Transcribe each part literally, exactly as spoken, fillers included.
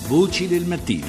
Voci del mattino.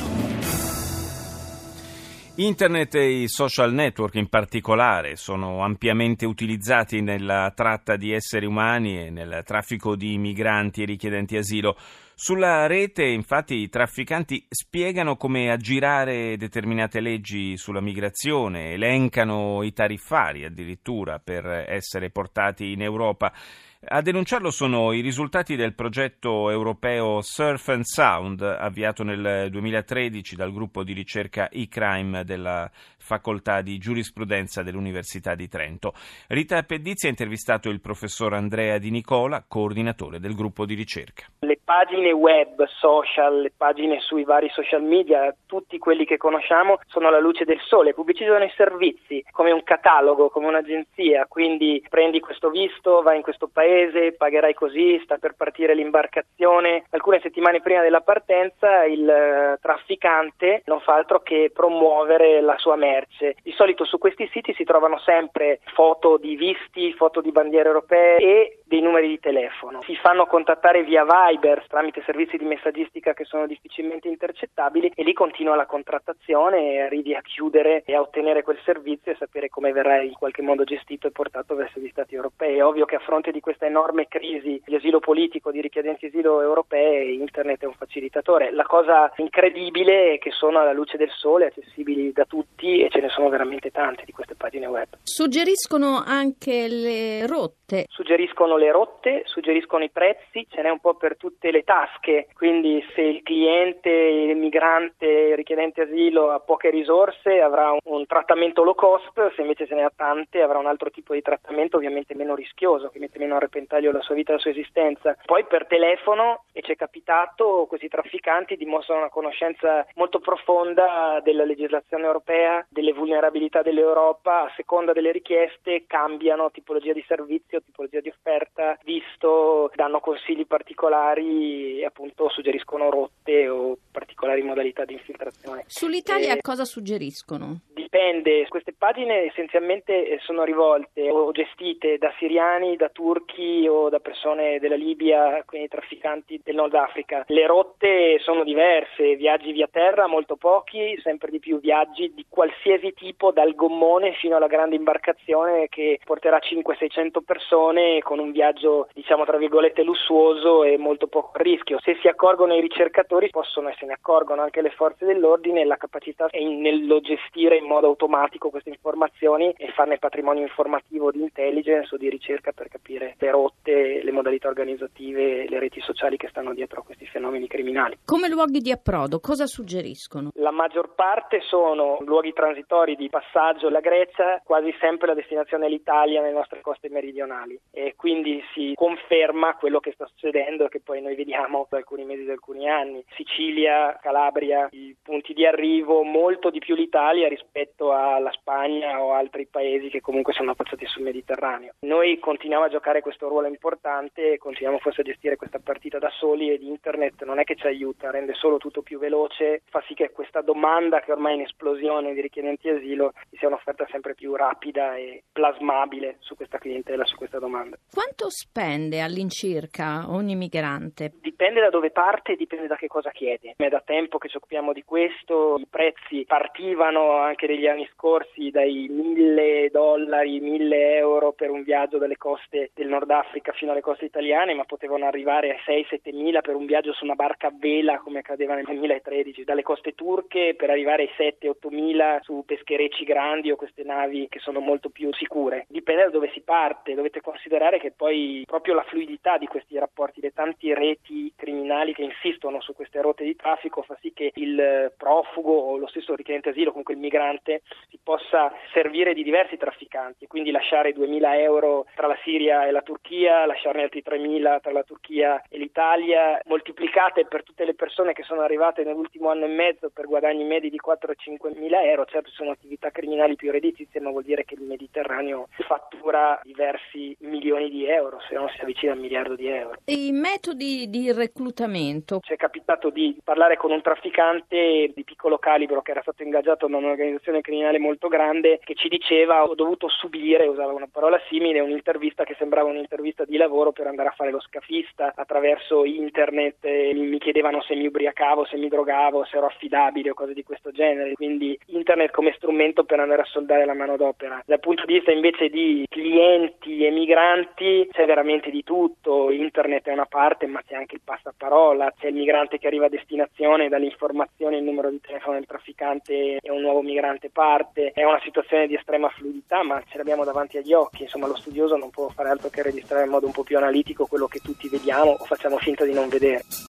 Internet e i social network in particolare sono ampiamente utilizzati nella tratta di esseri umani e nel traffico di migranti e richiedenti asilo. Sulla rete, infatti, i trafficanti spiegano come aggirare determinate leggi sulla migrazione, elencano i tariffari addirittura per essere portati in Europa. A denunciarlo sono i risultati del progetto europeo Surf and Sound, avviato nel duemilatredici dal gruppo di ricerca e-crime della facoltà di giurisprudenza dell'Università di Trento. Rita Pedizzi ha intervistato il professor Andrea Di Nicola, coordinatore del gruppo di ricerca. Le pagine web, social, le pagine sui vari social media, tutti quelli che conosciamo sono la luce del sole, pubblicizzano i servizi come un catalogo, come un'agenzia, quindi prendi questo visto, vai in questo paese, pagherai così, sta per partire l'imbarcazione. Alcune settimane prima della partenza il trafficante non fa altro che promuovere la sua merce. Di solito su questi siti si trovano sempre foto di visti, foto di bandiere europee e dei numeri di telefono. Si fanno contattare via Viber tramite servizi di messaggistica che sono difficilmente intercettabili e lì continua la contrattazione e arrivi a chiudere e a ottenere quel servizio e sapere come verrà in qualche modo gestito e portato verso gli Stati europei. È ovvio che a fronte di questa enorme crisi di asilo politico, di richiedenti asilo europee, internet è un facilitatore. La cosa incredibile è che sono alla luce del sole, accessibili da tutti e ce ne sono veramente tante di queste pagine web. Suggeriscono anche le rotte. Suggeriscono le rotte, suggeriscono i prezzi, ce n'è un po' per tutte le tasche, quindi se il cliente, il migrante, il richiedente asilo ha poche risorse avrà un, un trattamento low cost, se invece se ne ha tante avrà un altro tipo di trattamento ovviamente meno rischioso, che mette meno a repentaglio la sua vita e la sua esistenza. Poi per telefono, e ci è capitato, questi trafficanti dimostrano una conoscenza molto profonda della legislazione europea, delle vulnerabilità dell'Europa, a seconda delle richieste cambiano tipologia di servizio, tipologia di offerta, visto, danno consigli particolari e appunto suggeriscono rotte o particolari modalità di infiltrazione. Sull'Italia eh, cosa suggeriscono? Dipende, queste pagine essenzialmente sono rivolte o gestite da siriani, da turchi o da persone della Libia, quindi trafficanti del Nord Africa. Le rotte sono diverse, viaggi via terra molto pochi, sempre di più viaggi di qualsiasi tipo, dal gommone fino alla grande imbarcazione che porterà cinquecento seicento persone con un viaggio diciamo tra virgolette lussuoso e molto poco rischio. Se si accorgono i ricercatori possono e se ne accorgono anche le forze dell'ordine, la capacità è in, nello gestire in modo automatico queste informazioni e farne patrimonio informativo di intelligence o di ricerca per capire le rotte, le modalità organizzative, le reti sociali che stanno dietro a questi fenomeni criminali. Come luoghi di approdo, cosa suggeriscono? La maggior parte sono luoghi transitori di passaggio alla Grecia, quasi sempre la destinazione è l'Italia nelle nostre coste meridionali e quindi si conferma quello che sta succedendo e che poi noi vediamo da alcuni mesi, da alcuni anni. Sicilia, Calabria, i punti di arrivo, molto di più l'Italia rispetto alla Spagna o altri paesi che comunque sono affacciati sul Mediterraneo. Noi continuiamo a giocare questo ruolo importante e continuiamo forse a gestire questa partita da soli ed internet non è che ci aiuta, rende solo tutto più veloce, fa sì che questa domanda che ormai è in esplosione di richiedenti asilo sia un'offerta sempre più rapida e plasmabile su questa clientela, su questa domanda. Quanto spende all'incirca ogni migrante? Dipende da dove parte e dipende da che cosa chiede. È da tempo che ci occupiamo di questo, i prezzi partivano anche negli anni scorsi dai mille dollari, mille euro per un viaggio dalle coste del Nord Africa fino alle coste italiane, ma potevano arrivare a sei sette mila per un viaggio su una barca a vela come accadeva nel duemilatredici, dalle coste turche per arrivare ai sette otto mila su pescherecci grandi o queste navi che sono molto più sicure. Dipende da dove si parte, dovete considerare che poi proprio la fluidità di questi rapporti, le tanti reti criminali che insistono su queste rotte di traffico fa sì che il profugo o lo stesso richiedente asilo, comunque il migrante, si possa servire di diversi trafficanti, quindi lasciare duemila euro tra la Siria e la Turchia, lasciarne altri tremila tra la Turchia e l'Italia, moltiplicate per tutte le persone che sono arrivate nell'ultimo anno e mezzo per guadagni medi di quattro cinque mila euro. Certo sono attività criminali più redditizie, ma vuol dire che il Mediterraneo fattura diversi milioni di euro, se non si avvicina a un miliardo di euro. E i metodi di reclutamento? Ci è capitato di parlare con un trafficante di piccolo calibro che era stato ingaggiato da un'organizzazione un'organizzazione criminale molto grande, che ci diceva: ho dovuto subire, usava una parola simile, un'intervista che sembrava un'intervista di lavoro per andare a fare lo scafista attraverso internet, e mi chiedevano se mi ubriacavo, se mi drogavo, se ero affidabile o cose di questo genere. Quindi internet come strumento per andare a soldare la manodopera. Dal punto di vista invece di clienti e migranti c'è veramente di tutto. Internet è una parte, ma c'è anche il passaparola, c'è il migrante che arriva a destinazione, dalle informazioni il numero di telefono del trafficante e un nuovo migrante parte. È una situazione di estrema fluidità, ma ce l'abbiamo davanti agli occhi. Insomma, lo studioso non può fare altro che registrare in modo un po' più analitico quello che tutti vediamo o facciamo finta di non vedere.